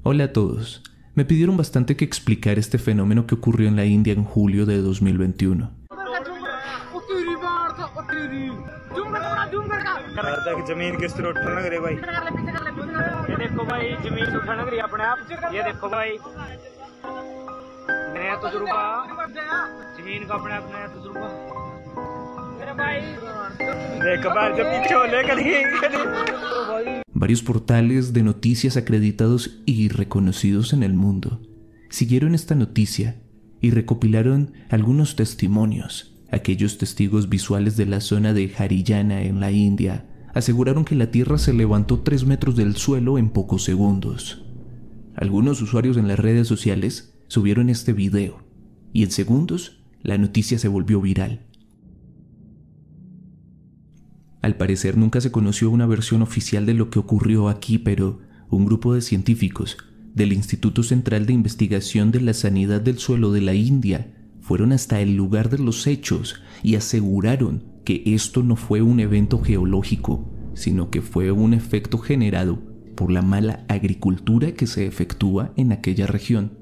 Hola a todos. Me pidieron bastante que explicara este fenómeno que ocurrió en la India en julio de 2021. Varios portales de noticias acreditados y reconocidos en el mundo siguieron esta noticia y recopilaron algunos testimonios. Aquellos testigos visuales de la zona de Haryana en la India aseguraron que la Tierra se levantó 3 metros del suelo en pocos segundos. Algunos usuarios en las redes sociales subieron este video y en segundos la noticia se volvió viral. Al parecer nunca se conoció una versión oficial de lo que ocurrió aquí, pero un grupo de científicos del Instituto Central de Investigación de la Sanidad del Suelo de la India fueron hasta el lugar de los hechos y aseguraron que esto no fue un evento geológico, sino que fue un efecto generado por la mala agricultura que se efectúa en aquella región.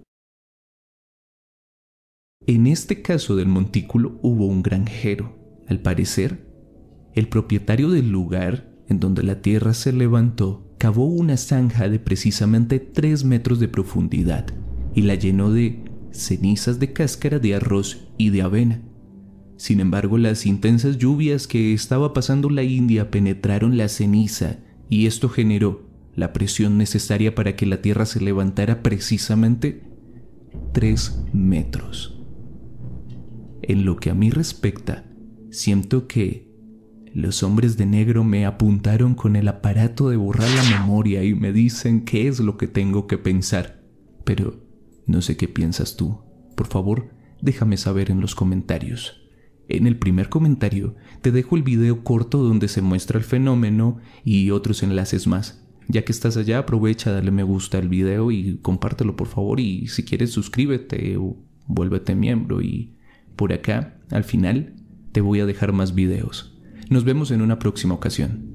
En este caso del montículo hubo un granjero. Al parecer, el propietario del lugar en donde la tierra se levantó cavó una zanja de precisamente 3 metros de profundidad y la llenó de cenizas de cáscara de arroz y de avena. Sin embargo, las intensas lluvias que estaba pasando la India penetraron la ceniza y esto generó la presión necesaria para que la tierra se levantara precisamente 3 metros. En lo que a mí respecta, siento que los hombres de negro me apuntaron con el aparato de borrar la memoria y me dicen qué es lo que tengo que pensar. Pero no sé qué piensas tú. Por favor, déjame saber en los comentarios. En el primer comentario te dejo el video corto donde se muestra el fenómeno y otros enlaces más. Ya que estás allá, aprovecha, dale me gusta al video y compártelo por favor. Y si quieres suscríbete o vuélvete miembro. Y por acá, al final, te voy a dejar más videos. Nos vemos en una próxima ocasión.